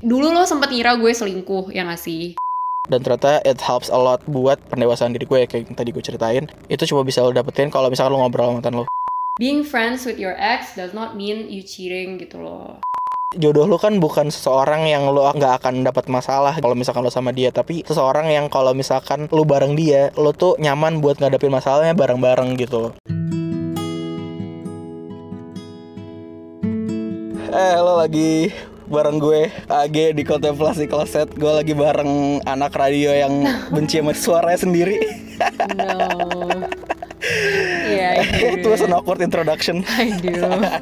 Dulu lo sempet ngira gue selingkuh, ya gak sih? Dan ternyata it helps a lot buat pendewasaan diri gue, kayak yang tadi gue ceritain. Itu cuma bisa lo dapetin kalau misalkan lo ngobrol sama mantan lo. Being friends with your ex does not mean you cheating gitu loh. Jodoh lo kan bukan seseorang yang lo gak akan dapat masalah kalau misalkan lo sama dia, tapi seseorang yang kalau misalkan lo bareng dia, lo tuh nyaman buat ngadepin masalahnya bareng-bareng gitu. Lo lagi bareng gue AG di Kontemplasi Kloset. Gue lagi bareng anak radio yang benci sama suaranya sendiri. No. Yeah, It was an awkward introduction. I do.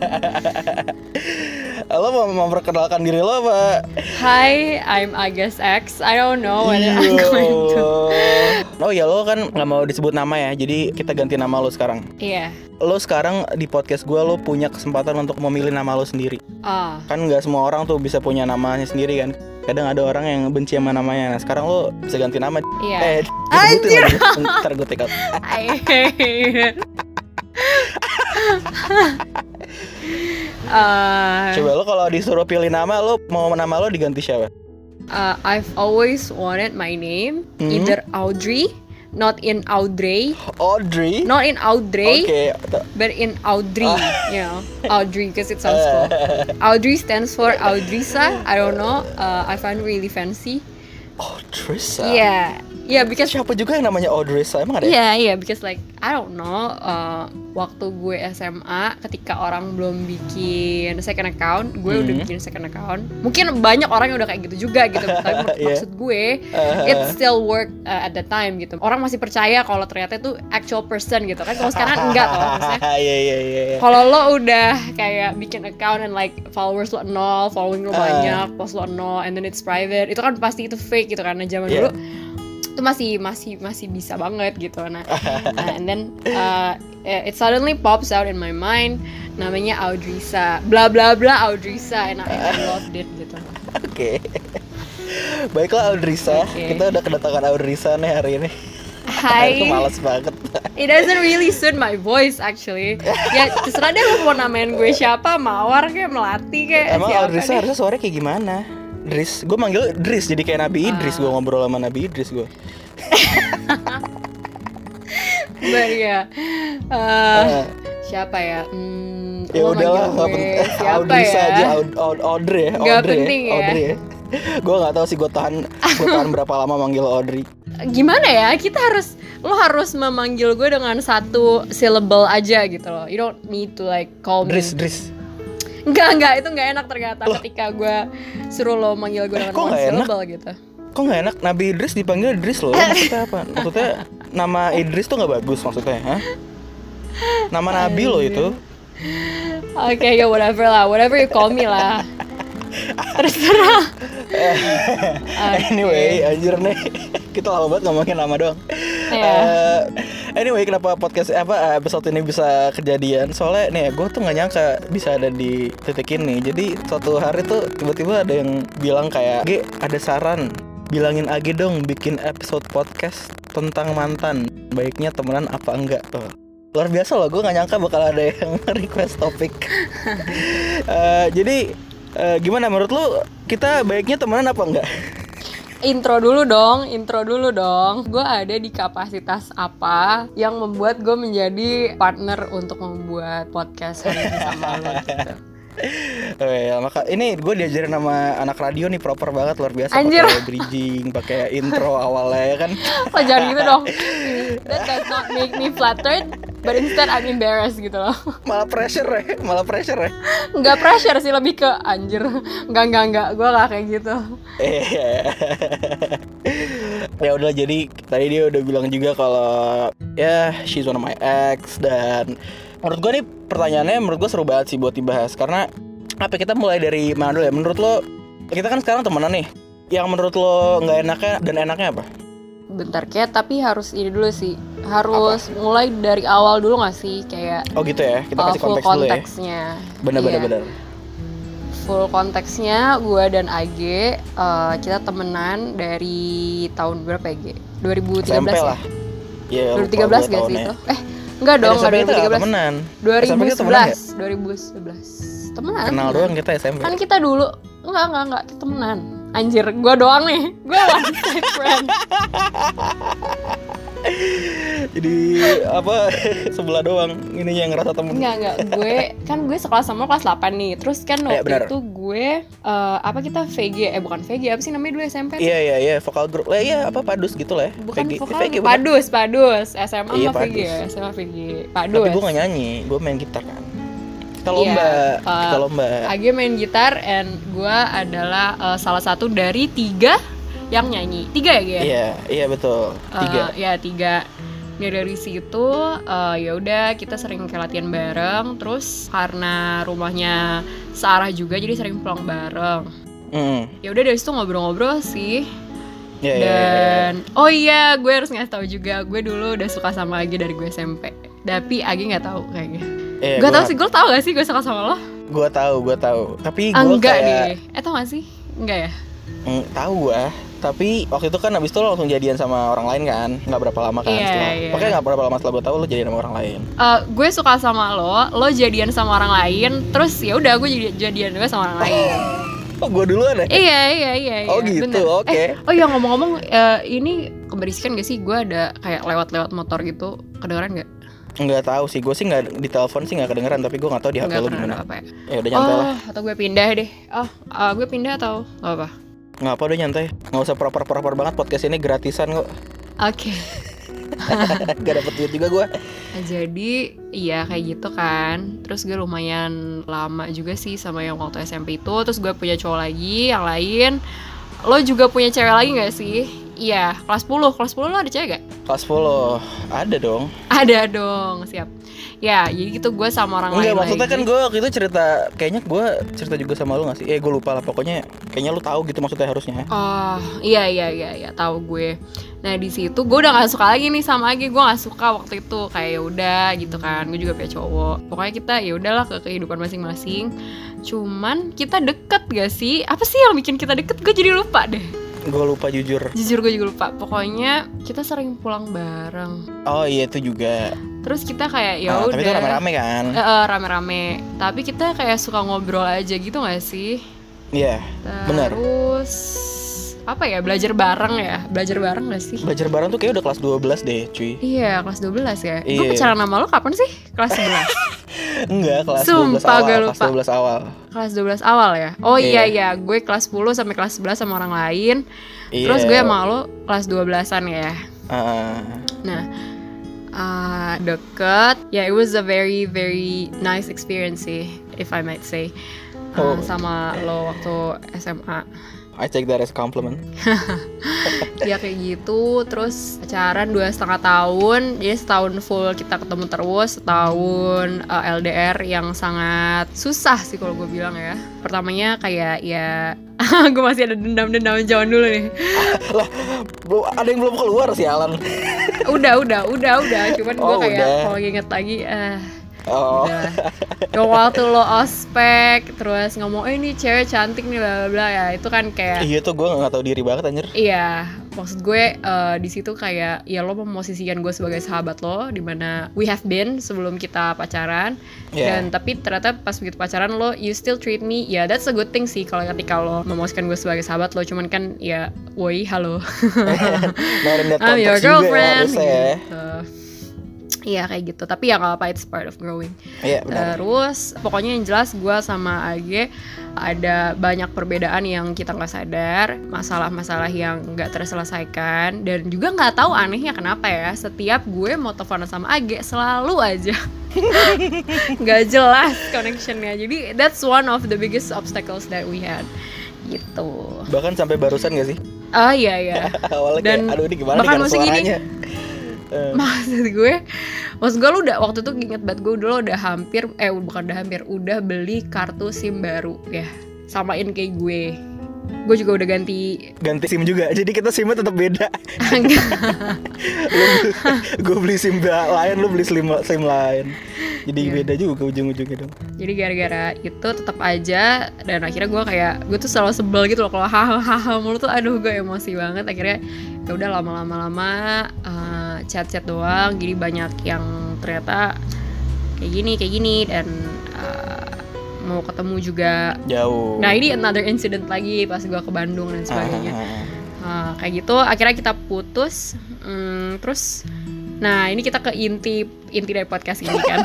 Lo mau memperkenalkan diri lo apa? Hi, I'm Agus X. I don't know what I'm going to. Oh ya, lo kan gak mau disebut nama ya, jadi kita ganti nama lo sekarang. Iya. Lo sekarang di podcast gue, lo punya kesempatan untuk memilih nama lo sendiri. Kan gak semua orang tuh bisa punya namanya sendiri kan. Kadang ada orang yang benci sama namanya. Nah sekarang lo bisa ganti nama. Iya. Anjir. Ntar gue take out. I hate it. Coba lo kalau disuruh pilih nama, lo mau nama lo diganti siapa? I've always wanted my name either Audrey, not in Audrey. Audrey? Not in Audrey, okay. But in Audrey, you know, Audrey because it sounds cool. Audrey stands for Audrisa. I don't know. I find it really fancy. Audrisa? Yeah, because siapa juga yang namanya Audrisa? Emang ada? Yeah, because like I don't know. Waktu gue SMA, ketika orang belum bikin second account, gue udah bikin second account. Mungkin banyak orang yang udah kayak gitu juga gitu. Tapi maksud gue, it still work at that time gitu. Orang masih percaya kalau ternyata itu actual person gitu kan. Kalau sekarang enggak loh maksudnya. Kalau lo udah kayak bikin account and like followers lo 0, following lo banyak, post lo 0, and then it's private, itu kan pasti itu fake gitu karena zaman dulu itu masih bisa banget gitu. Nah, and then it suddenly pops out in my mind, namanya Audrisa, bla bla bla Audrisa, and I loved it gitu. Oke. Baiklah Audrisa, kita udah kedatangan Audrisa nih hari ini. Hai. Aku malas banget. It doesn't really suit my voice actually. Ya terserah deh lo mau namain gue siapa, Mawar kayak Melati kayak. Emang Audrisa harusnya suaranya kayak gimana? Dris, gue manggil Dris jadi kayak Nabi Idris. Gue ngobrol sama Nabi Idris gue. But ya, siapa ya? Ya udahlah, nggak penting. Audrisa ya? aja, Audrey ya. Nggak penting ya. Audrey ya. Gue nggak tahu sih gue tahan berapa lama manggil Audrey. Gimana ya? Lo harus memanggil gue dengan satu syllable aja gitu loh. You don't need to like call me Dris. Enggak, itu enggak enak ternyata ketika gue suruh lo manggil gue dengan one syllable gitu. Kok gak enak? Nabi Idris dipanggil Idris loh. Maksudnya apa? Maksudnya nama Idris tuh gak bagus maksudnya, ha? Nama Nabi loh itu. Oke, ya whatever lah. Whatever you call me lah. Terserah. Anyway, anjir nih. Kita lama banget ngomongin nama doang. Anyway, kenapa podcast episode ini bisa kejadian? Soalnya nih, gue tuh nggak nyangka bisa ada di titik ini. Jadi suatu hari tuh tiba-tiba ada yang bilang kayak, "G, ada saran, bilangin Agi dong bikin episode podcast tentang mantan. Baiknya temenan apa enggak?" Tuh. Luar biasa loh, gue nggak nyangka bakal ada yang request topik. Jadi gimana menurut lu, kita baiknya temenan apa enggak? Intro dulu dong. Gue ada di kapasitas apa yang membuat gue menjadi partner untuk membuat podcast hari ini sama lo gitu. Maka ini gue diajarin sama anak radio nih, proper banget, luar biasa. Anjir. Pakai bridging, pakai intro awalnya ya kan. Oh jangan gitu dong. That does not make me flattered, but instead I'm embarrassed gitu loh. Malah pressure ya. Nggak pressure sih, lebih ke anjir. Enggak, gue nggak kayak gitu. Ya udah, jadi tadi dia udah bilang juga kalau ya she's one of my ex. Dan menurut gue nih pertanyaannya menurut gue seru banget sih buat dibahas. Karena kita mulai dari mana dulu ya? Menurut lo, kita kan sekarang temenan nih, yang menurut lo nggak enaknya dan enaknya apa? Bentar, kayak tapi harus ini dulu sih. Harus mulai dari awal dulu nggak sih, kayak oh gitu ya, kita kasih full konteks dulu ya. konteksnya. Benar. Full konteksnya, gue dan AG kita temenan dari tahun berapa ya, G? 2013 SMP ya? lah. Ya, 2013 gak sih itu? Enggak dong, SMP enggak kita 2013. temenan. 2011. SMP kita temenan ya? 2011. Temenan. Kenal doang kita SMP. Kan kita dulu enggak, kita temenan. Anjir, gue doang nih. Gue one side friend. Jadi apa sebelah doang ininya yang ngerasa temen. Enggak, gue sekolah sama kelas 8 nih. Terus kan waktu benar. itu gue kita VG, bukan VG, apa sih namanya dulu SMP? Iya, vokal grup lah, iya apa padus gitu lah. Bukan VG, vokal, VG, bukan? padus, SMA Iya, sama VG padus. ya, SMA VG, padus. Tapi gue gak nyanyi, gue main gitar kan. Kita lomba, Agi main gitar, and gue adalah salah satu dari 3 yang nyanyi. 3 ya, Gia? Iya betul. 3. Iya, 3. Nah, dari situ ya udah kita sering kayak latihan bareng. Terus karena rumahnya searah juga, jadi sering pulang bareng. Ya udah dari situ ngobrol-ngobrol sih. Dan oh iya, gue harus ngasih tahu juga, gue dulu udah suka sama Agi dari gue SMP. Tapi Agi nggak tahu kayaknya. Gue tahu sih, gue tahu gak sih gue suka sama lo? Gue tahu. Tapi gue enggak kayak deh. Tau gak sih? Enggak ya? Tahu gue. Tapi waktu itu kan abis itu lo langsung jadian sama orang lain kan? Nggak berapa lama kan setelah. Pokoknya nggak berapa lama setelah gue tahu lo jadian sama orang lain. Gue suka sama lo jadian sama orang lain. Terus ya udah gue jadian juga sama orang lain. Oh, gue duluan ya? Iya. Oh gitu, oke. Oh iya, ngomong-ngomong, ini keberisikan gak sih? Gue ada kayak lewat motor gitu, kedengeran gak? Nggak tahu sih, gue sih nggak di telepon sih nggak kedengeran, tapi gue nggak tahu di HP lo gimana. Apa ya? Ya udah nyantai lah. Atau gue pindah deh. Gue pindah atau nggak apa? Nggak apa, udah nyantai. Nggak usah proper banget, podcast ini gratisan kok. Oke. Gak dapet duit juga gue. Nah, jadi iya kayak gitu kan. Terus gue lumayan lama juga sih sama yang waktu SMP itu. Terus gue punya cowok lagi yang lain. Lo juga punya cewek lagi gak sih? Iya, kelas 10 lo ada cewek gak? Kelas 10, ada dong. Ada dong, siap. Ya, jadi gitu gue sama orang lain. Enggak, maksudnya lagi. kan gue waktu itu kayaknya gue cerita juga sama lu gak sih? Gue lupa lah, pokoknya kayaknya lu tahu gitu maksudnya harusnya. Oh, iya, tahu gue. Nah, di situ gue udah gak suka lagi nih sama Agi. Gue gak suka waktu itu, kayak udah gitu kan. Gue juga punya cowok. Pokoknya kita ya udahlah ke kehidupan masing-masing. Cuman kita deket gak sih? Apa sih yang bikin kita deket? Gue jadi lupa deh. Gue lupa jujur gue juga lupa. Pokoknya kita sering pulang bareng. Oh iya, itu juga. Terus kita kayak ya udah. Tapi itu rame-rame kan? Rame-rame. Tapi kita kayak suka ngobrol aja gitu nggak sih? Iya, benar. Terus apa ya, belajar bareng nggak sih? Belajar bareng tuh kayak udah kelas 12 deh cuy. Iya, kelas 12 ya. Iya. Gue pacaran sama lo kapan sih? Kelas 11. Enggak, kelas Sumpah, 12 awal. gue lupa. Kelas 12 awal. Kelas 12 awal ya? Oh Iya. iya, gue kelas 10 sampai kelas 11 sama orang lain. Iya. Terus gue sama lo kelas 12-an ya. Nah, deket. Ya, it was a very very nice experience sih, if I might say. Sama lo waktu SMA. I take that as a compliment. Ya kayak gitu. Terus pacaran 2,5 tahun. Jadi setahun full kita ketemu terus. Setahun LDR yang sangat susah sih kalau gue bilang ya. Pertamanya kayak ya gue masih ada dendam-dendam zaman dulu nih. Lah, ada yang belum keluar sih Alan. Udah. Cuman gue kayak udah. kalau inget lagi Udah. Yang waktu lo ospek terus ngomong ini cewek cantik nih bla bla bla, ya itu kan kayak Iya tuh gue nggak tahu diri banget anjir. Iya, maksud gue di situ kayak ya lo memosisikan gue sebagai sahabat lo, dimana we have been sebelum kita pacaran. Dan tapi ternyata pas begitu pacaran lo you still treat me, ya that's a good thing sih kalau ketika lo memosisikan gue sebagai sahabat lo. Cuman kan ya woi halo I'm your girlfriend ya, gitu. Iya kayak gitu, tapi ya gak apa, it's part of growing. Iya benar. Terus pokoknya yang jelas gue sama Age ada banyak perbedaan yang kita gak sadar, masalah-masalah yang gak terselesaikan. Dan juga gak tahu anehnya kenapa ya, setiap gue mau teleponan sama Age selalu aja gak jelas connectionnya. Jadi that's one of the biggest obstacles that we had gitu. Bahkan sampai barusan gak sih? Oh iya. Awalnya Dan kayak aduh ini gimana bahkan nih suaranya. Maksud gue lu udah waktu itu inget banget, gue dulu udah udah beli kartu SIM baru ya, samain kayak gue juga udah ganti SIM juga, jadi kita SIM-nya tetap beda. Gue beli SIM lain, lu beli SIM lain, jadi beda juga ujung-ujungnya dong. Jadi gara-gara itu tetap aja, dan akhirnya gue tuh selalu sebel gitu loh kalau hahaha mulu tuh, aduh gue emosi banget. Akhirnya ya udah lama-lama chat doang, jadi banyak yang ternyata kayak gini dan mau ketemu juga jauh. Nah ini another incident lagi pas gue ke Bandung dan sebagainya. Kayak gitu akhirnya kita putus. Terus nah ini kita ke inti dari podcast ini kan.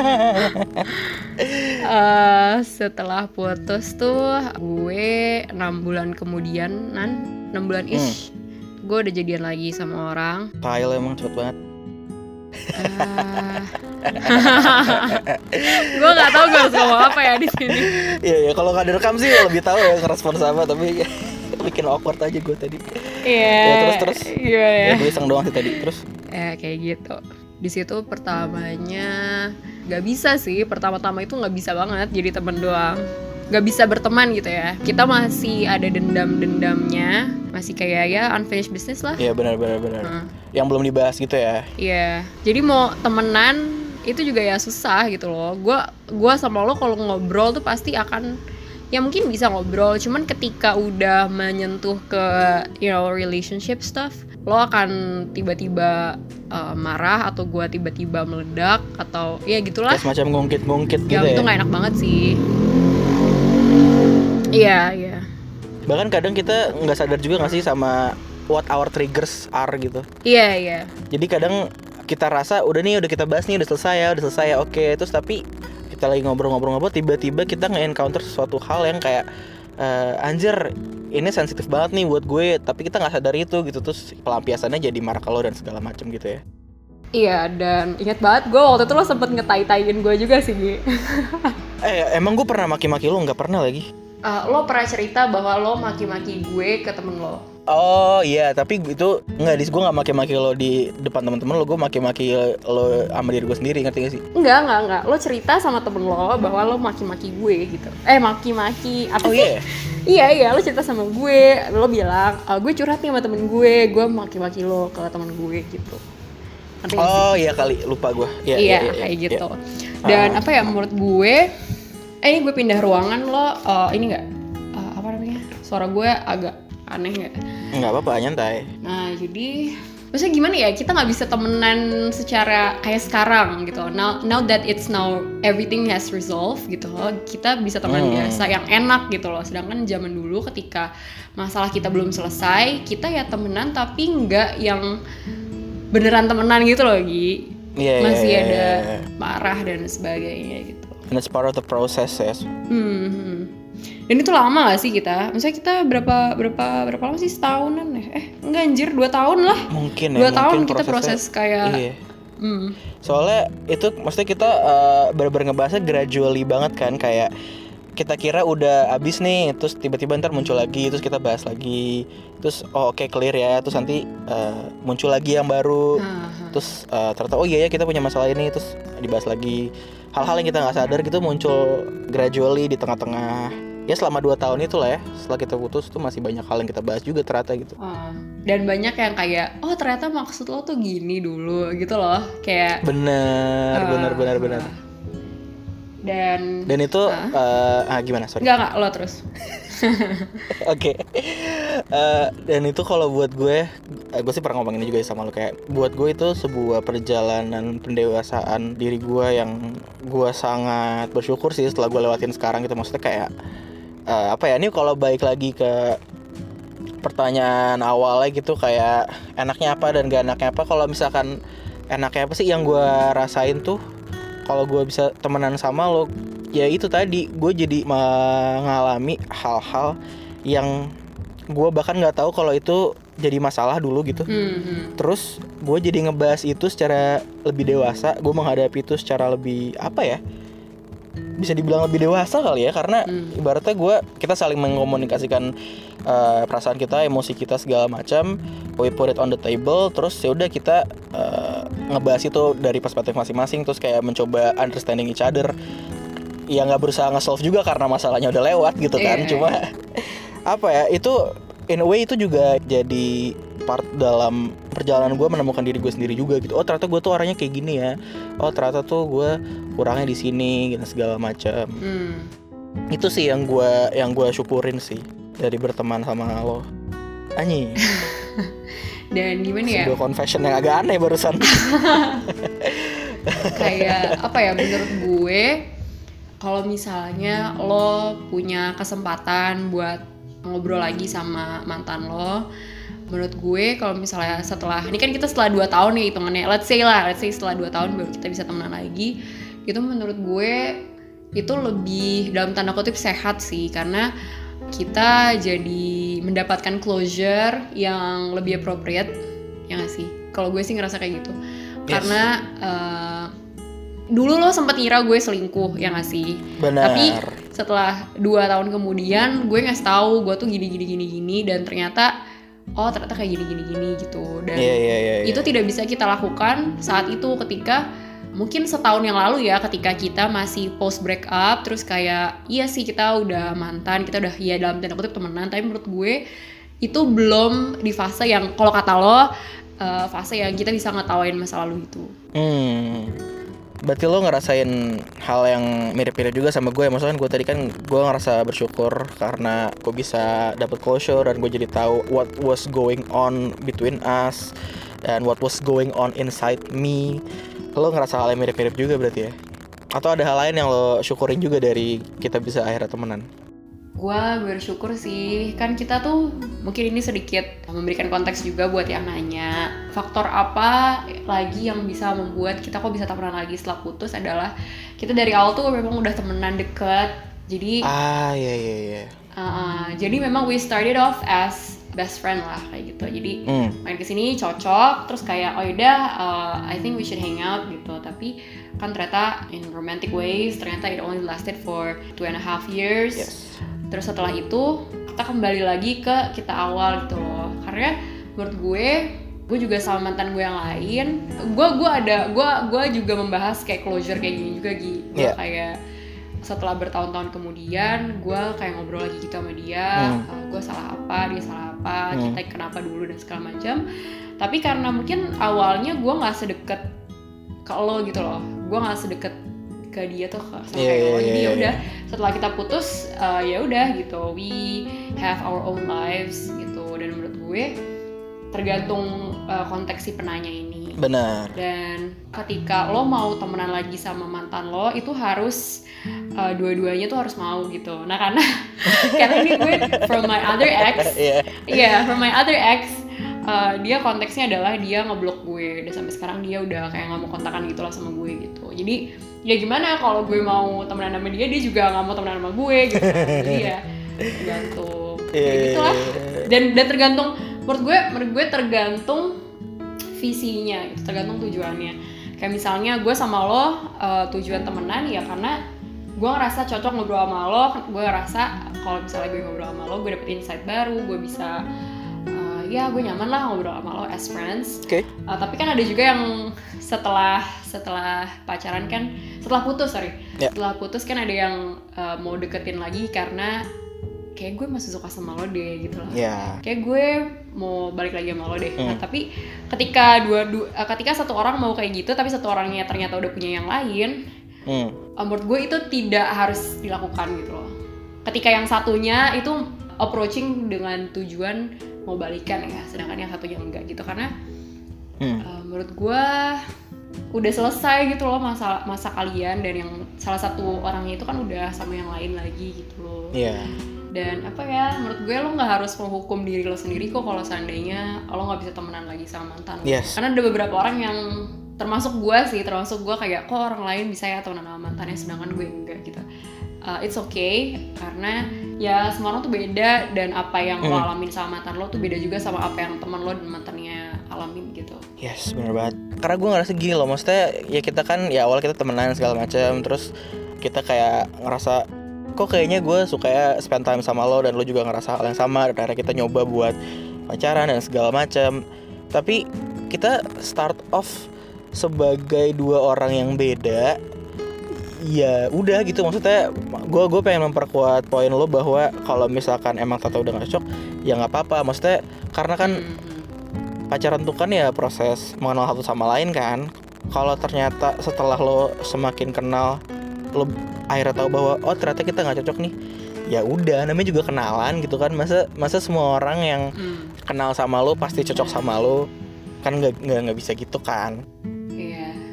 Setelah putus tuh gue 6 bulan kemudian 6 bulan ish gue udah jadian lagi sama orang. Kyle emang cepet banget. Gue nggak tahu gue harus ngomong apa ya di sini. Iya kalau nggak direkam sih lebih tahu ya ngerespons apa, tapi bikin awkward aja gue tadi. Iya. Terus. Iya. Ya gue iseng doang sih tadi. Terus. Kayak gitu. Di situ pertamanya nggak bisa sih. Pertama-tama itu nggak bisa banget jadi teman doang. Nggak bisa berteman gitu ya. Kita masih ada dendamnya, masih kayak ya unfinished business lah. Iya benar. Yang belum dibahas gitu ya. Iya. Jadi mau temenan itu juga ya susah gitu loh. Gua sama lo kalau ngobrol tuh pasti akan ya mungkin bisa ngobrol, cuman ketika udah menyentuh ke relationship stuff, lo akan tiba-tiba marah atau gua tiba-tiba meledak atau ya gitulah. Kayak semacam ngungkit-ngungkit gitu ya. Itu nggak enak banget sih. Iya. Bahkan kadang kita nggak sadar juga nggak sih sama what our triggers are gitu. Iya. Jadi kadang kita rasa udah kita bahas nih, udah selesai, oke. Terus tapi kita lagi ngobrol-ngobrol tiba-tiba kita nge-encounter sesuatu hal yang kayak anjir ini sensitif banget nih buat gue, tapi kita nggak sadar itu gitu. Terus pelampiasannya jadi marah ke lo dan segala macam gitu ya. Iya, dan ingat banget gue waktu itu lo sempet ngetai-taiin gue juga sih Gi. Emang gue pernah maki-maki lo? Nggak pernah lagi. Lo pernah cerita bahwa lo maki-maki gue ke temen lo. Oh iya, tapi itu gue nggak maki-maki lo di depan teman-teman lo, gue maki-maki lo sama diri gue sendiri, ngerti gak sih? Enggak. Lo cerita sama temen lo bahwa lo maki-maki gue gitu. Maki-maki apa sih? Iya, lo cerita sama gue, lo bilang gue curhat nih sama temen gue maki-maki lo ke temen gue gitu. Oh iya kali, lupa gue. Iya, kayak gitu. Dan apa ya menurut gue, ini gue pindah ruangan lo, ini nggak apa namanya? Suara gue agak aneh nggak? Nggak apa-apa, nyantai. Nah jadi maksudnya gimana ya, kita nggak bisa temenan secara kayak sekarang gitu. Now that everything has resolved gitu loh, kita bisa temenan biasa yang enak gitu loh. Sedangkan zaman dulu ketika masalah kita belum selesai, kita ya temenan tapi nggak yang beneran temenan gitu loh Gi. Masih ada marah dan sebagainya gitu. And it's part of the process ya. Dan itu lama gak sih kita? Misalnya kita berapa lama sih, setahunan ya? Enggak anjir, 2 tahun lah. Mungkin 2 tahun kita proses kayak Soalnya itu maksudnya kita bener-bener ngebahasnya gradually banget kan. Kayak kita kira udah abis nih, terus tiba-tiba ntar muncul lagi, terus kita bahas lagi, terus oke, clear ya, terus nanti muncul lagi yang baru, terus ternyata iya ya kita punya masalah ini, terus dibahas lagi. Hal-hal yang kita nggak sadar gitu muncul gradually di tengah-tengah. Ya selama 2 tahun itu lah ya, setelah kita putus tuh masih banyak hal yang kita bahas juga ternyata gitu. Dan banyak yang kayak, oh ternyata maksud lo tuh gini dulu gitu loh, kayak bener. Dan itu gimana? Sorry. Enggak, lo terus. Oke. Dan itu kalau buat gue sih pernah ngomongin juga sama lo, kayak buat gue itu sebuah perjalanan pendewasaan diri gue yang gue sangat bersyukur sih setelah gue lewatin sekarang gitu. Maksudnya kayak ini kalau balik lagi ke pertanyaan awalnya gitu, kayak enaknya apa dan gak enaknya apa. Kalau misalkan enaknya apa sih yang gue rasain tuh, kalau gue bisa temenan sama lo, ya itu tadi, gue jadi mengalami hal-hal yang gue bahkan nggak tahu kalau itu jadi masalah dulu gitu. Terus gue jadi ngebahas itu secara lebih dewasa, gue menghadapi itu secara lebih bisa dibilang lebih dewasa kali ya, karena ibaratnya kita saling mengkomunikasikan perasaan kita, emosi kita segala macam, we put it on the table, terus ya udah kita ngebahas itu dari perspektif masing-masing, terus kayak mencoba understanding each other. Ya nggak berusaha nge-solve juga karena masalahnya udah lewat gitu kan. Cuma itu in a way itu juga jadi part dalam perjalanan gue menemukan diri gue sendiri juga gitu. Oh ternyata gue tuh orangnya kayak gini ya. Oh ternyata tuh gue kurangnya di sini gitu segala macam. Itu sih yang gue syukurin sih dari berteman sama lo. Anjing. Dan gimana ya? Sebuah confession yang agak aneh barusan. Kayak apa ya, menurut gue kalau misalnya lo punya kesempatan buat ngobrol lagi sama mantan lo, menurut gue kalau misalnya setelah ini kan kita setelah 2 tahun nih hitungannya, let's say setelah 2 tahun baru kita bisa temenan lagi, itu menurut gue itu lebih dalam tanda kutip sehat sih, karena kita jadi mendapatkan closure yang lebih appropriate, ya nggak sih? Kalau gue sih ngerasa kayak gitu. Yes. Karena dulu lo sempet ngira gue selingkuh, ya nggak sih? Benar. Tapi setelah 2 tahun kemudian gue ngasih tahu gue tuh gini dan ternyata ternyata kayak gini gitu. Dan itu tidak bisa kita lakukan saat itu ketika mungkin setahun yang lalu ya, ketika kita masih post break up, terus kayak iya sih kita udah mantan, kita udah ya dalam tanda kutip temenan, tapi menurut gue itu belum di fase yang kalau kata lo fase yang kita bisa ngetawain masa lalu itu. Berarti lo ngerasain hal yang mirip-mirip juga sama gue. Maksudnya gue tadi kan gue ngerasa bersyukur karena gue bisa dapet closure dan gue jadi tahu what was going on between us dan what was going on inside me. Lo ngerasa hal yang mirip-mirip juga berarti ya? Atau ada hal lain yang lo syukurin juga dari kita bisa akhirnya temenan? Gue bersyukur sih, kan kita tuh mungkin ini sedikit memberikan konteks juga buat yang nanya. Faktor apa lagi yang bisa membuat kita kok bisa temenan lagi setelah putus adalah kita dari awal tuh memang udah temenan deket. Jadi iya. Jadi memang we started off as best friend lah kayak gitu. Jadi main kesini cocok, terus kayak I think we should hang out gitu. Tapi kan ternyata in romantic ways, ternyata it only lasted for 2.5 years. Yes. Terus setelah itu kita kembali lagi ke kita awal gitu loh. Karena menurut gue juga sama mantan gue yang lain, gue juga membahas kayak closure kayak gini juga gitu. Kayak setelah bertahun-tahun kemudian gue kayak ngobrol lagi gitu sama dia, gue salah apa, dia salah apa, kita kenapa dulu dan segala macam. Tapi karena mungkin awalnya gue nggak sedekat ke lo gitu loh, gue nggak sedekat ke dia tuh sama kayak lo. Jadi ya udah setelah kita putus ya udah gitu, we have our own lives gitu. Dan menurut gue tergantung konteks si penanya ini. Benar. Dan ketika lo mau temenan lagi sama mantan lo itu harus dua-duanya tuh harus mau gitu. Nah karena ini gue from my other ex, from my other ex, dia konteksnya adalah dia ngeblok gue dan sampai sekarang dia udah kayak nggak mau kontakan gitu lah sama gue gitu. Jadi ya gimana kalau gue mau temenan sama dia juga nggak mau temenan sama gue gitu. Jadi ya tergantung gitu lah. Dan tergantung menurut gue tergantung visinya gitu, tergantung tujuannya. Kayak misalnya gue sama lo tujuan temenan ya karena gue ngerasa cocok ngobrol sama lo, gue ngerasa kalau misalnya gue ngobrol sama lo gue dapet insight baru, gue bisa gue nyaman lah ngobrol sama lo as friends. Tapi kan ada juga yang setelah pacaran kan, setelah putus kan ada yang mau deketin lagi karena kayak gue masih suka sama lo deh gitu lah. Kayak gue mau balik lagi sama lo deh. Nah tapi ketika satu orang mau kayak gitu tapi satu orangnya ternyata udah punya yang lain, menurut gue itu tidak harus dilakukan gitu loh. Ketika yang satunya itu approaching dengan tujuan mau balikan ya, sedangkan yang satunya enggak gitu. Karena menurut gue udah selesai gitu loh masa kalian, dan yang salah satu orangnya itu kan udah sama yang lain lagi gitu loh. Dan menurut gue lo nggak harus menghukum diri lo sendiri kok kalau seandainya lo nggak bisa temenan lagi sama mantan lo. Karena ada beberapa orang yang termasuk gue kayak kok orang lain bisa ya temenan sama mantannya sedangkan gue enggak gitu. It's okay karena ya semua orang tuh beda, dan apa yang lo alamin sama mantan lo tuh beda juga sama apa yang teman lo dan mantannya alamin gitu. Yes, benar banget. Karena gue ngerasa gini loh, maksudnya ya kita kan ya awal kita temenan segala macam, terus kita kayak ngerasa kok kayaknya gue suka ya spend time sama lo dan lo juga ngerasa hal yang sama, dan akhirnya kita nyoba buat pacaran dan segala macam. Tapi kita start off sebagai dua orang yang beda. Ya udah gitu, maksudnya gue pengen memperkuat poin lo bahwa kalau misalkan emang tata udah gak cocok ya nggak apa-apa. Maksudnya karena kan pacaran tuh kan ya proses mengenal satu sama lain kan. Kalau ternyata setelah lo semakin kenal lo akhirnya tahu bahwa ternyata kita nggak cocok nih, ya udah namanya juga kenalan gitu kan. Masa semua orang yang kenal sama lo pasti cocok sama lo kan, nggak bisa gitu kan.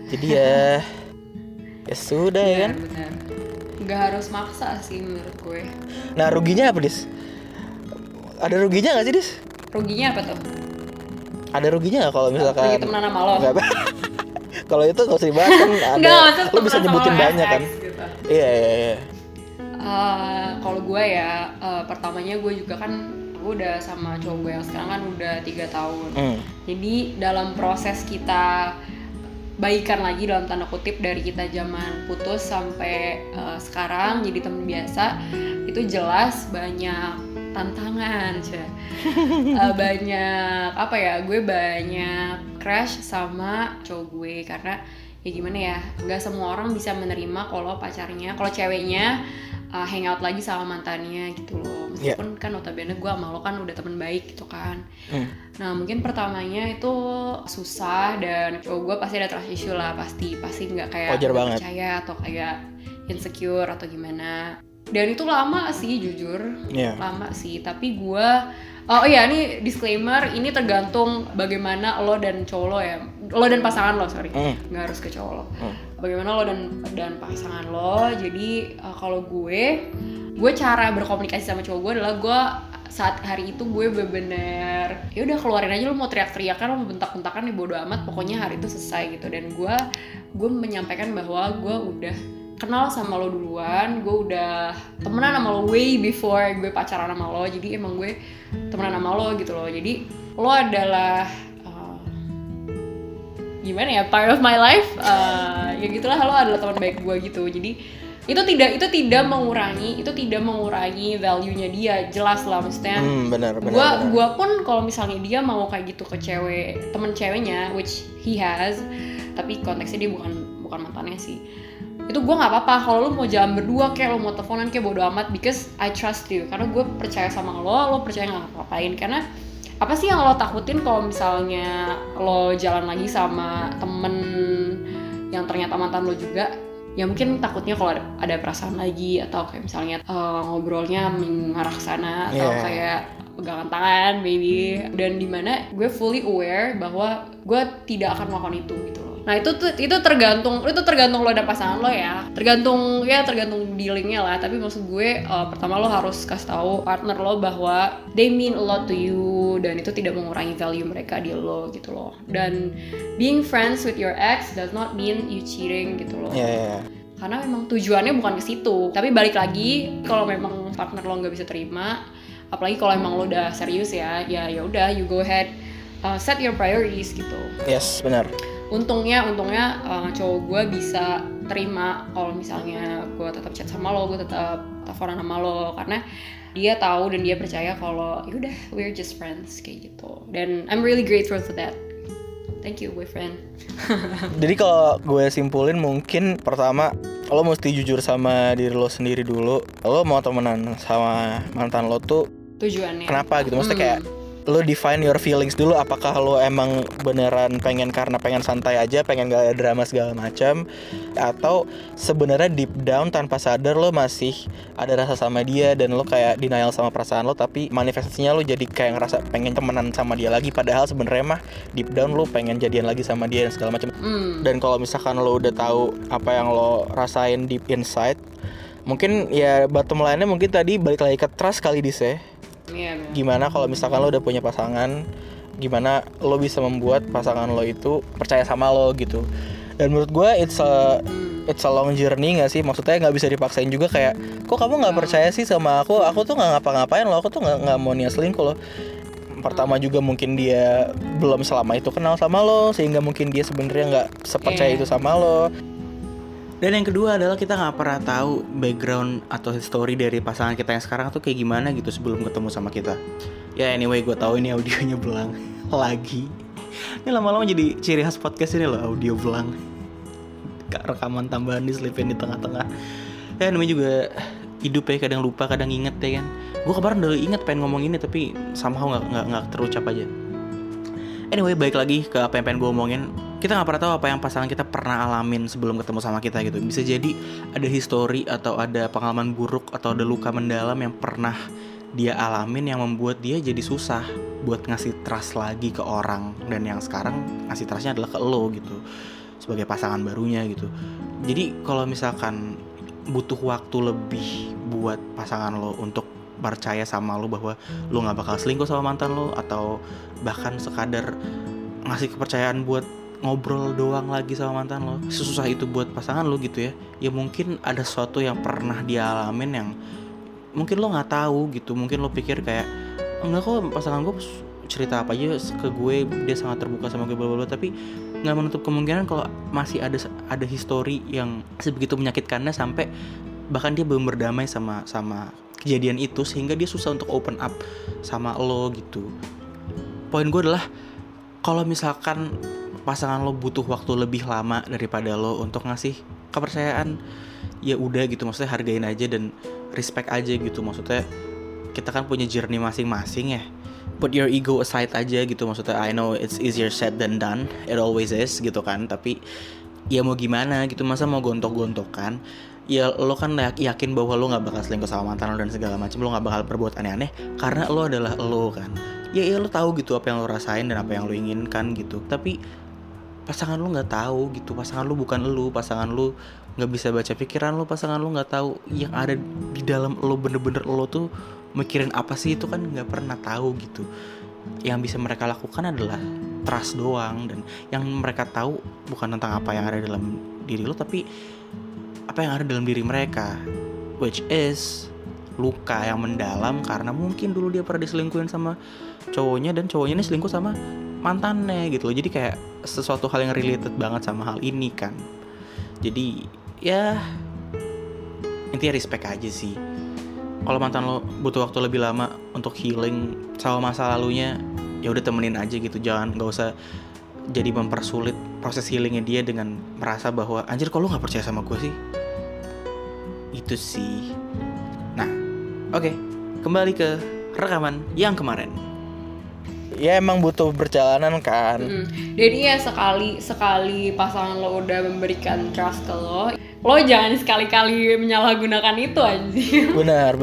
Jadi ya sudah ya kan. Benar. Nggak harus maksa sih menurut gue. Nah ruginya apa Dis? Ada ruginya nggak sih Dis? Ruginya apa tuh? Ada ruginya nggak kalau misalkan Rugi temenan sama lo? Nggak. Kalau itu nggak usah dibahas kan ada. Lo bisa nyebutin banyak kan? Gitu. Iya. Kalau gue ya, pertamanya gue juga kan gue udah sama cowok gue yang sekarang kan udah 3 tahun. Jadi dalam proses kita baikan lagi dalam tanda kutip dari kita zaman putus sampai sekarang jadi teman biasa, itu jelas banyak tantangan banyak apa ya, gue banyak crash sama cowok gue karena ya gimana ya, nggak semua orang bisa menerima kalau pacarnya, kalau ceweknya hangout lagi sama mantannya gitu loh, meskipun kan notabene gue sama lo kan udah temen baik gitu kan. Nah mungkin pertamanya itu susah dan cowok gue pasti ada trust issue lah, pasti nggak kayak percaya atau kayak insecure atau gimana. Dan itu lama sih jujur, lama sih. Tapi gue, oh iya ini disclaimer, ini tergantung bagaimana lo dan cowok lo ya, lo dan pasangan lo, sorry, nggak harus ke cowok lo. Bagaimana lo dan pasangan lo. Jadi kalau gue cara berkomunikasi sama cowok gue adalah gue saat hari itu gue bener-bener ya udah keluarin aja, lo mau teriak-teriakan, lo mau bentak-bentakan ya bodo amat, pokoknya hari itu selesai gitu. Dan gue menyampaikan bahwa gue udah kenal sama lo duluan, gue udah temenan sama lo way before gue pacaran sama lo, jadi emang gue temenan sama lo gitu loh. Jadi lo adalah gimana ya, part of my life, ya gitulah, lo adalah teman baik gue gitu. Jadi itu tidak mengurangi value-nya dia, jelas lah maksudnya. Benar. Gue pun kalau misalnya dia mau kayak gitu ke temen ceweknya, which he has, tapi konteksnya dia bukan mantannya sih, itu gue nggak apa-apa kalau lo mau jalan berdua kayak lo mau teleponan kayak bodo amat, because I trust you, karena gue percaya sama lo percaya nggak ngapain. Karena apa sih yang lo takutin kalau misalnya lo jalan lagi sama temen yang ternyata mantan lo juga? Ya mungkin takutnya kalau ada perasaan lagi, atau kayak misalnya ngobrolnya mengarah ke sana, atau kayak pegangan tangan baby. Dan dimana gue fully aware bahwa gue tidak akan melakukan itu gitu loh. Nah itu tergantung lo dan pasangan lo ya, tergantung dealingnya lah. Tapi maksud gue pertama lo harus kasih tahu partner lo bahwa they mean a lot to you, dan itu tidak mengurangi value mereka di lo gitu loh. Dan being friends with your ex does not mean you cheating gitu loh. Karena memang tujuannya bukan ke situ. Tapi balik lagi, kalau memang partner lo nggak bisa terima, apalagi kalau emang lo udah serius ya udah, you go ahead, set your priorities gitu. Yes, benar. Untungnya cowok gue bisa terima kalau misalnya gue tetap chat sama lo, gue tetap teleponan sama lo, karena dia tahu dan dia percaya kalau yaudah we're just friends kayak gitu. Dan I'm really grateful for that. Thank you boyfriend. Jadi kalau gue simpulin, mungkin pertama lo mesti jujur sama diri lo sendiri dulu. Lo mau temenan sama mantan lo tuh tujuannya kenapa gitu, maksudnya kayak lo define your feelings dulu. Apakah lo emang beneran pengen karena pengen santai aja, pengen gak ada drama segala macam, atau sebenarnya deep down tanpa sadar lo masih ada rasa sama dia dan lo kayak denial sama perasaan lo, tapi manifestasinya lo jadi kayak ngerasa pengen temenan sama dia lagi, padahal sebenarnya mah deep down lo pengen jadian lagi sama dia dan segala macam. Dan kalau misalkan lo udah tahu apa yang lo rasain deep inside, mungkin ya bottom line-nya mungkin tadi balik lagi ke trust kali Dis. Gimana kalau misalkan lo udah punya pasangan, gimana lo bisa membuat pasangan lo itu percaya sama lo gitu. Dan menurut gue it's a long journey gak sih? Maksudnya gak bisa dipaksain juga, kayak kok kamu gak percaya sih sama aku tuh gak ngapa-ngapain loh, aku tuh gak mau niat selingkuh loh. Pertama juga mungkin dia belum selama itu kenal sama lo, sehingga mungkin dia sebenarnya gak sepercaya itu sama lo. Dan yang kedua adalah kita gak pernah tahu background atau history dari pasangan kita yang sekarang tuh kayak gimana gitu sebelum ketemu sama kita. Ya anyway, gue tahu ini audionya belang lagi. Ini lama-lama jadi ciri khas podcast ini loh, audio belang. Rekaman tambahan diselipin di tengah-tengah. Ya namanya juga hidup ya, kadang lupa, kadang inget ya kan. Gue kemarin udah inget pengen ngomong ini, tapi somehow gak terucap aja. Anyway, balik lagi ke apa yang pengen gue omongin. Kita gak pernah tahu apa yang pasangan kita pernah alamin sebelum ketemu sama kita gitu. Bisa jadi ada history atau ada pengalaman buruk atau ada luka mendalam yang pernah dia alamin yang membuat dia jadi susah buat ngasih trust lagi ke orang. Dan yang sekarang ngasih trustnya adalah ke lo gitu. sebagai pasangan barunya gitu. Jadi kalau misalkan butuh waktu lebih buat pasangan lo untuk percaya sama lo bahwa lo nggak bakal selingkuh sama mantan lo, atau bahkan sekadar ngasih kepercayaan buat ngobrol doang lagi sama mantan lo, sesusah itu buat pasangan lo gitu ya. Ya mungkin ada sesuatu yang pernah dia alamin yang mungkin lo nggak tahu gitu. Mungkin lo pikir kayak enggak kok, pasangan gue cerita apa aja ke gue, dia sangat terbuka sama gue bla bla bla, tapi nggak menutup kemungkinan kalau masih ada histori yang sebegitu menyakitkannya sampai bahkan dia belum berdamai sama kejadian itu, sehingga dia susah untuk open up sama lo gitu. Poin gue adalah kalau misalkan pasangan lo butuh waktu lebih lama daripada lo untuk ngasih kepercayaan, ya udah gitu, maksudnya hargain aja dan respect aja gitu. Maksudnya kita kan punya journey masing-masing ya, put your ego aside aja gitu. Maksudnya I know it's easier said than done, it always is gitu kan, tapi ya mau gimana gitu, masa mau gontok-gontokan. Ya lo kan yakin bahwa lo gak bakal selingkuh sama mantan lo dan segala macam, lo gak bakal berbuat aneh-aneh karena lo adalah lo kan. Ya lo tahu gitu apa yang lo rasain dan apa yang lo inginkan gitu, tapi pasangan lo nggak tahu gitu. Pasangan lo bukan lo, pasangan lo nggak bisa baca pikiran lo, pasangan lo nggak tahu yang ada di dalam lo bener-bener lo tuh mikirin apa sih, itu kan nggak pernah tahu gitu. Yang bisa mereka lakukan adalah trust doang, dan yang mereka tahu bukan tentang apa yang ada dalam diri lo, tapi apa yang ada dalam diri mereka, which is luka yang mendalam karena mungkin dulu dia pernah diselingkuhin sama cowoknya dan cowoknya ini selingkuh sama mantannya gitu loh. Jadi kayak sesuatu hal yang related banget sama hal ini kan. Jadi ya intinya respect aja sih. Kalau mantan lo butuh waktu lebih lama untuk healing sama masa lalunya, ya udah temenin aja gitu. Jangan, nggak usah jadi mempersulit proses healingnya dia dengan merasa bahwa anjir kok lo nggak percaya sama gue sih. Itu sih. Nah, oke, kembali ke rekaman yang kemarin. Ya emang butuh perjalanan kan. Jadi ya sekali pasangan lo udah memberikan trust ke lo jangan sekali-kali menyalahgunakan itu anjir. Benar.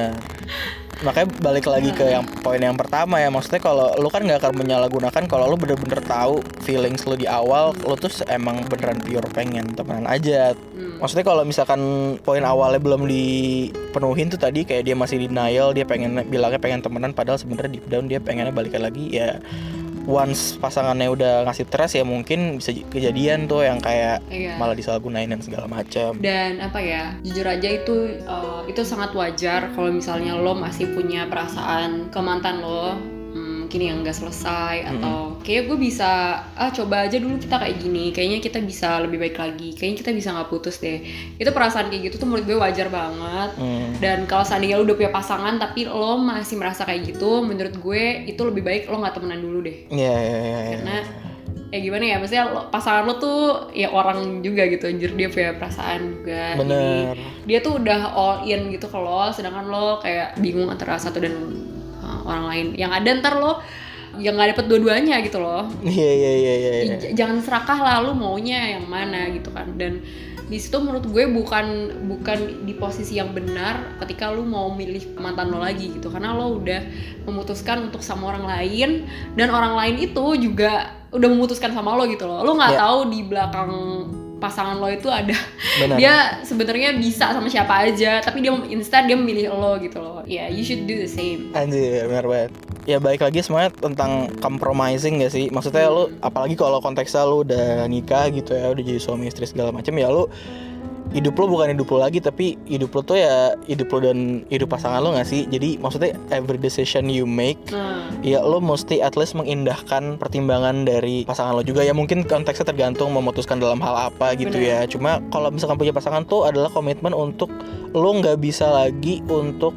Makanya balik lagi ke yang poin yang pertama ya, maksudnya kalau lo kan nggak akan menyalahgunakan kalau lo bener-bener tahu feelings lo di awal, lo tuh emang beneran pure pengen temenan aja. Maksudnya kalau misalkan poin awalnya belum dipenuhin tuh tadi, kayak dia masih denial, dia bilangnya pengen temenan padahal sebenarnya deep down dia pengennya balikan lagi. Ya once pasangannya udah ngasih trust ya mungkin bisa kejadian tuh yang kayak malah disalahgunain dan segala macam. Dan apa ya, jujur aja itu sangat wajar kalau misalnya lo masih punya perasaan ke mantan lo, mungkin yang nggak selesai, atau kayak gue bisa coba aja dulu kita kayak gini, kayaknya kita bisa lebih baik lagi, kayaknya kita bisa nggak putus deh. Itu perasaan kayak gitu tuh menurut gue wajar banget. Dan kalau seandainya lo udah punya pasangan tapi lo masih merasa kayak gitu, menurut gue itu lebih baik lo nggak temenan dulu deh. Karena ya gimana ya, maksudnya pasangan lo tuh ya orang juga gitu, anjir, dia punya perasaan juga. Bener. Jadi dia tuh udah all in gitu ke lo, sedangkan lo kayak bingung antara satu dan orang lain. Yang ada ntar lo yang nggak dapet dua-duanya gitu loh. Iya. Jangan serakah lah, lo maunya yang mana gitu kan. Dan di situ menurut gue bukan di posisi yang benar ketika lo mau milih mantan lo lagi gitu, karena lo udah memutuskan untuk sama orang lain, dan orang lain itu juga udah memutuskan sama lo gitu loh. Lo nggak tahu di belakang pasangan lo itu ada dia sebenarnya bisa sama siapa aja, tapi dia instead dia memilih lo gitu loh. Ya, you should do the same. Anjir, benar banget. Ya balik lagi semuanya tentang compromising gak sih? Maksudnya lo, apalagi kalau konteksnya lo udah nikah gitu ya, udah jadi suami istri segala macam, ya lo hidup lo bukan hidup lo lagi, tapi hidup lo tuh ya hidup lo dan hidup pasangan lo gak sih? Jadi maksudnya every decision you make, ya lo mesti at least mengindahkan pertimbangan dari pasangan lo juga. Ya mungkin konteksnya tergantung memutuskan dalam hal apa gitu. Ya. Cuma kalau misalkan punya pasangan tuh adalah komitmen untuk lo gak bisa lagi untuk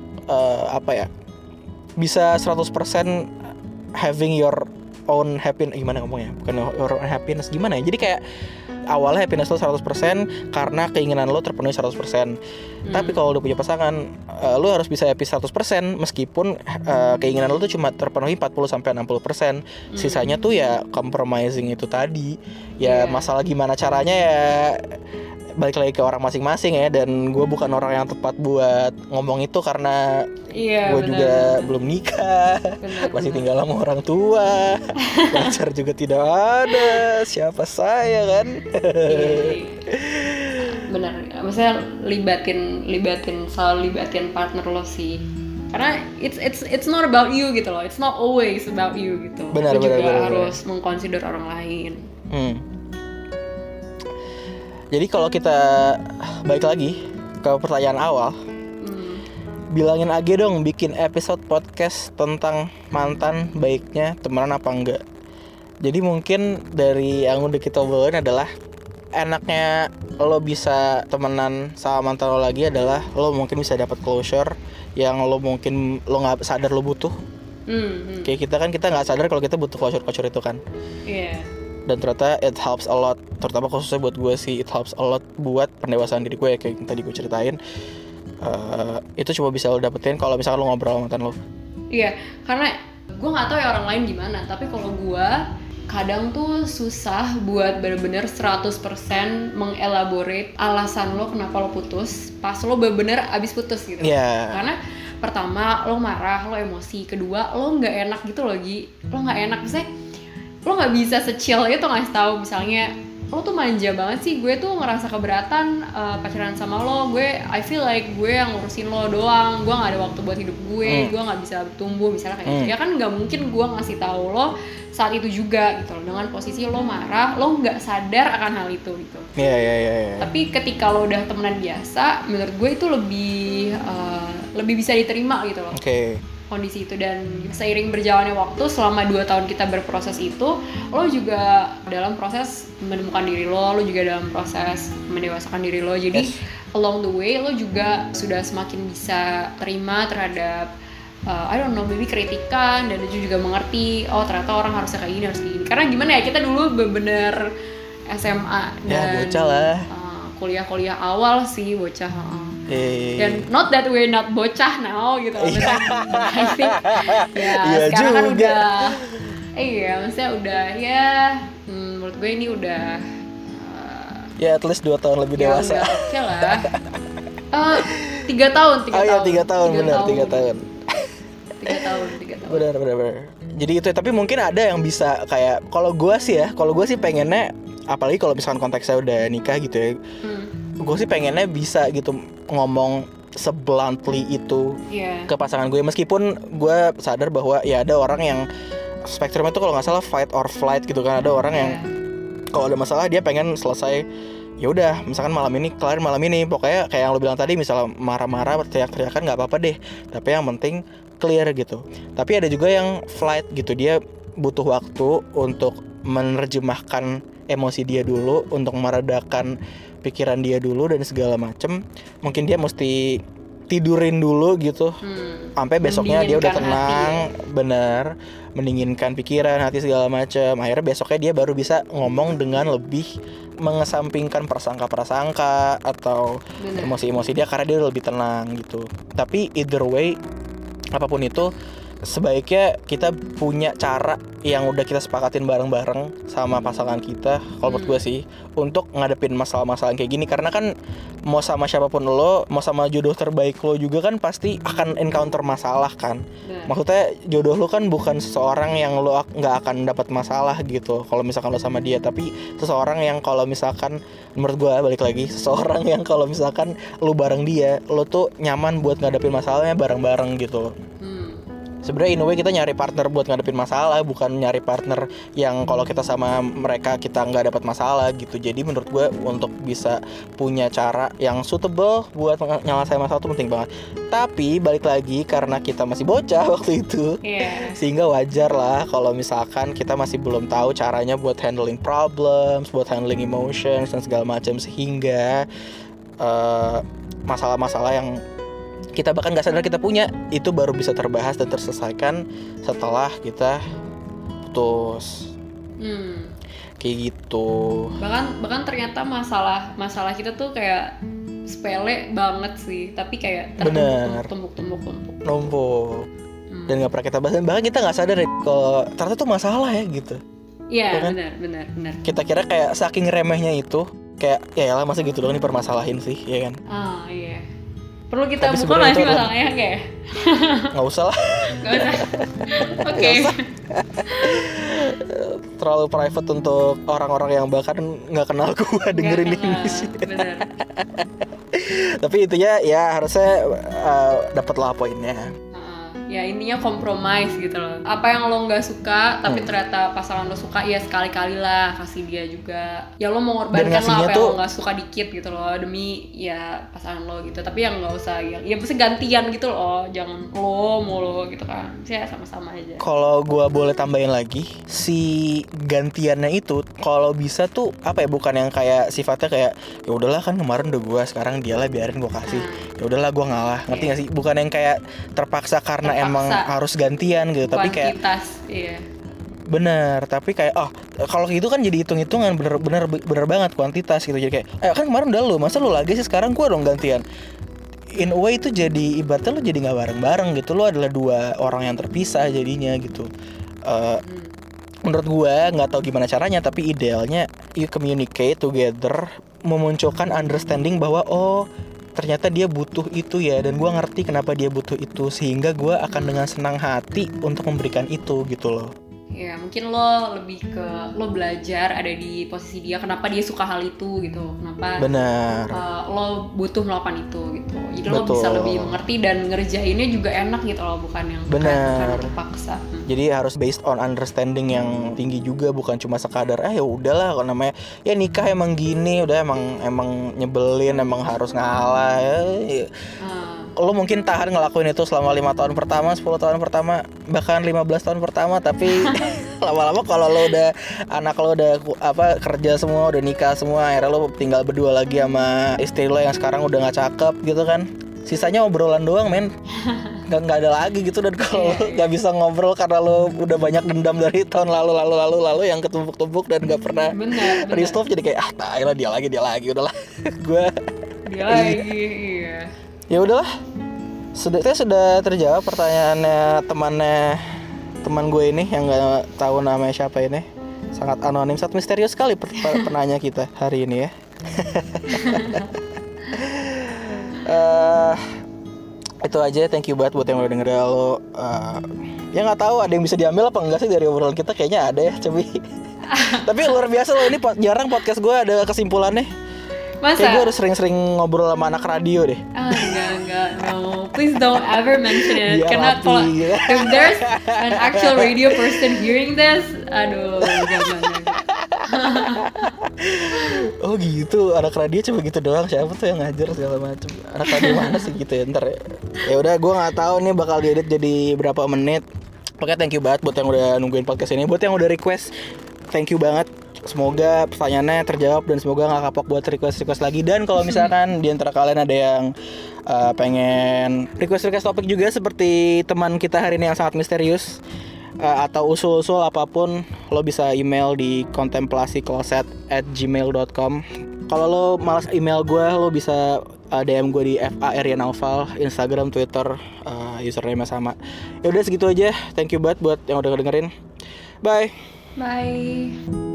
bisa 100% having your own happiness, gimana ngomongnya? Bukan your own happiness, gimana ya? Jadi kayak awalnya happiness lo 100% karena keinginan lo terpenuhi 100%. Tapi kalau udah punya pasangan, lo harus bisa happy 100% meskipun keinginan lo tuh cuma terpenuhi 40-60%. Sisanya tuh ya compromising itu tadi. Ya masalah gimana caranya ya balik lagi ke orang masing-masing ya. Dan gue bukan orang yang tepat buat ngomong itu karena gue juga belum nikah, masih tinggal sama orang tua, pacar juga tidak ada, siapa saya kan. Benar, maksudnya selalu libatin partner lo sih, karena it's not about you gitu loh, it's not always about you gitu. Benar, lo juga benar. harus mengconsider orang lain. Jadi kalau kita balik lagi ke pertanyaan awal, bilangin Age dong bikin episode podcast tentang mantan, baiknya temenan apa enggak. Jadi mungkin dari yang udah kita obrolin adalah enaknya lo bisa temenan sama mantan lo lagi adalah lo mungkin bisa dapat closure yang lo mungkin lo nggak sadar lo butuh. Kayak kita nggak sadar kalau kita butuh closure itu kan. Iya. Dan ternyata it helps a lot, terutama khususnya buat gue sih, it helps a lot buat pendewasaan diri gue ya, kayak yang tadi gue ceritain. Itu cuma bisa lo dapetin kalau misalkan lo ngobrol sama mantan lo. Iya, karena gue nggak tahu ya orang lain gimana, tapi kalau gue kadang tuh susah buat bener-bener 100% mengelaborate alasan lo kenapa lo putus pas lo bener-bener abis putus gitu. Karena pertama lo marah, lo emosi, kedua lo nggak enak gitu loh Gi, lo nggak enak, misalnya lo nggak bisa se-chill itu ngasih tahu misalnya lo tuh manja banget sih, gue tuh ngerasa keberatan pacaran sama lo, I feel like gue yang ngurusin lo doang, gue nggak ada waktu buat hidup gue nggak bisa tumbuh misalnya kayak gitu ya kan, nggak mungkin gue ngasih tahu lo saat itu juga gitu loh, dengan posisi lo marah, lo nggak sadar akan hal itu gitu. Iya. Tapi ketika lo udah temenan biasa, menurut gue itu lebih bisa diterima gitu loh. Kondisi itu, dan seiring berjalannya waktu selama 2 tahun kita berproses itu, lo juga dalam proses menemukan diri lo juga dalam proses mendewasakan diri lo, jadi along the way lo juga sudah semakin bisa terima terhadap I don't know, maybe kritikan, dan lo juga mengerti oh ternyata orang harusnya kayak gini, harus gini. Karena gimana ya, kita dulu bener-bener SMA dan bocah lah. Kuliah awal sih bocah. Dan not that we're not bocah now gitu. I think sekarang kan udah maksudnya udah menurut gue ini udah at least 2 tahun lebih dewasa. Oke lah. 3 tahun. 3 tahun benar, 3 tahun. 3 tahun. Benar. Jadi itu, tapi mungkin ada yang bisa kayak kalau gue sih pengennya, apalagi kalau misalkan konteksnya udah nikah gitu ya. Gue sih pengennya bisa gitu ngomong sebluntly itu ke pasangan gue, meskipun gue sadar bahwa ya ada orang yang spektrumnya tuh kalau nggak salah fight or flight gitu kan. Ada orang yang kalau ada masalah dia pengen selesai, ya udah misalkan malam ini kelarin malam ini, pokoknya kayak yang lo bilang tadi, misalnya marah-marah teriak-teriakan nggak apa-apa deh, tapi yang penting clear gitu. Tapi ada juga yang flight gitu, dia butuh waktu untuk menerjemahkan emosi dia dulu, untuk meredakan pikiran dia dulu dan segala macem. Mungkin dia mesti tidurin dulu gitu, sampai besoknya dia udah tenang, bener, mendinginkan pikiran, hati segala macem. Akhirnya besoknya dia baru bisa ngomong dengan lebih mengesampingkan prasangka-prasangka atau emosi-emosi dia, karena dia udah lebih tenang gitu. Tapi either way, apapun itu, sebaiknya kita punya cara yang udah kita sepakatin bareng-bareng sama pasangan kita, kalau menurut gue sih, untuk ngadepin masalah-masalah kayak gini. Karena kan mau sama siapapun lo, mau sama jodoh terbaik lo juga kan pasti akan encounter masalah kan. Maksudnya jodoh lo kan bukan seseorang yang lo nggak akan dapat masalah gitu kalau misalkan lo sama dia, tapi seseorang yang kalau misalkan menurut gue, balik lagi, seseorang yang kalau misalkan lo bareng dia, lo tuh nyaman buat ngadepin masalahnya bareng-bareng gitu. Sebenarnya in a way kita nyari partner buat ngadepin masalah, bukan nyari partner yang kalau kita sama mereka kita nggak dapat masalah gitu. Jadi menurut gue untuk bisa punya cara yang suitable buat nyelesain masalah itu penting banget. Tapi balik lagi, karena kita masih bocah waktu itu, sehingga wajar lah kalau misalkan kita masih belum tahu caranya buat handling problems, buat handling emotions dan segala macam, sehingga masalah-masalah yang kita bahkan gak sadar kita punya itu baru bisa terbahas dan terselesaikan setelah kita putus. Kayak gitu. Bahkan ternyata masalah kita tuh kayak sepele banget sih, tapi kayak tumpuk. Dan gak pernah kita bahas, bahkan kita gak sadar ya kalau ternyata tuh masalah ya gitu. Iya, benar. Kita kira kayak saking remehnya itu, kayak ya lah masa gitu doang dipermasalahin sih, ya kan? Iya. Perlu kita Tapi buka nggak sebenarnya sih itu masalahnya kayak? Nggak usah lah. Nggak usah. Oke. Terlalu private untuk orang-orang yang bahkan nggak kenal gue dengerin ini sih. Bener. Tapi intinya ya harusnya dapat lah poinnya. Ya intinya compromise gitu loh. Apa yang lo nggak suka tapi ternyata pasangan lo suka, ya sekali-kali lah kasih dia juga. Ya lo mau ngorbankan lah apa yang lo nggak suka dikit gitu loh demi ya pasangan lo gitu. Tapi yang nggak usah ya mesti gantian gitu loh, jangan lo mulu gitu kan. Ya sama-sama aja. Kalau gue boleh tambahin lagi, si gantiannya itu kalau bisa tuh apa ya, bukan yang kayak sifatnya kayak ya udahlah kan kemarin udah gue, sekarang dialah biarin gue kasih. Ya udahlah gue ngalah, ngerti gak sih? Bukan yang kayak terpaksa karena emang harus gantian gitu, tapi kayak iya. Bener, tapi kayak kalau gitu kan jadi hitung-hitungan, bener banget kuantitas gitu. Jadi kayak kan kemarin udah lu, masa lu lagi sih, sekarang gua dong gantian. In a way itu jadi ibaratnya lu jadi nggak bareng-bareng gitu, lu adalah dua orang yang terpisah jadinya gitu. Menurut gua nggak tahu gimana caranya, tapi idealnya you communicate together, memunculkan understanding bahwa ternyata dia butuh itu ya, dan gue ngerti kenapa dia butuh itu, sehingga gue akan dengan senang hati untuk memberikan itu gitu loh. Ya mungkin lo lebih ke lo belajar ada di posisi dia, kenapa dia suka hal itu gitu, kenapa lo butuh melakukan itu gitu. Jadi lo bisa lebih mengerti dan ngerjainnya juga enak gitu loh, bukan yang terpaksa. Jadi harus based on understanding yang tinggi juga, bukan cuma sekadar ya udahlah kalau namanya ya nikah emang gini, udah emang nyebelin, emang harus ngalah ya. Lo mungkin tahan ngelakuin itu selama 5 tahun pertama, 10 tahun pertama, bahkan 15 tahun pertama, tapi lama-lama kalau lo udah anak lo udah kerja semua, udah nikah semua, akhirnya lo tinggal berdua lagi sama istri lo yang sekarang udah nggak cakep gitu kan, sisanya obrolan doang men. Nggak ada lagi gitu. Dan kalau nggak bisa ngobrol karena lo udah banyak dendam dari tahun lalu yang ketumpuk-tumpuk dan nggak pernah resolve, jadi kayak lah dia lagi udahlah. Gue dia lagi. Iya. Ya udahlah, sudah terjawab pertanyaannya teman gue ini yang nggak tahu namanya siapa ini, sangat anonim, sangat misterius sekali penanya kita hari ini ya. Itu aja, thank you banget buat yang udah dengerin lo. Ya nggak tahu ada yang bisa diambil apa enggak sih dari obrolan kita, kayaknya ada ya Cobi. Tapi luar biasa loh, ini jarang podcast gue ada kesimpulannya. Masa? Kayak gue harus sering-sering ngobrol sama anak radio deh. Enggak, no. Please don't ever mention it. Karena kalau if there's an actual radio person hearing this, aduh, jangan. Oh gitu, anak radio cuma gitu doang, siapa tuh yang ngajar segala macam. Anak radio mana sih gitu ya ntar ya udah, gue nggak tahu nih bakal diedit jadi berapa menit. Pokoknya thank you banget buat yang udah nungguin podcast ini, buat yang udah request, thank you banget. Semoga pertanyaannya terjawab dan semoga gak kapok buat request lagi. Dan kalau misalkan di antara kalian ada yang pengen request topik juga seperti teman kita hari ini yang sangat misterius, atau usul-usul apapun, lo bisa email di kontemplasikloset@gmail.com. Kalau lo malas email gue, lo bisa DM gue di @FARYanaufal, Instagram, Twitter, username-nya sama. Ya udah segitu aja. Thank you banget buat yang udah dengerin. Bye.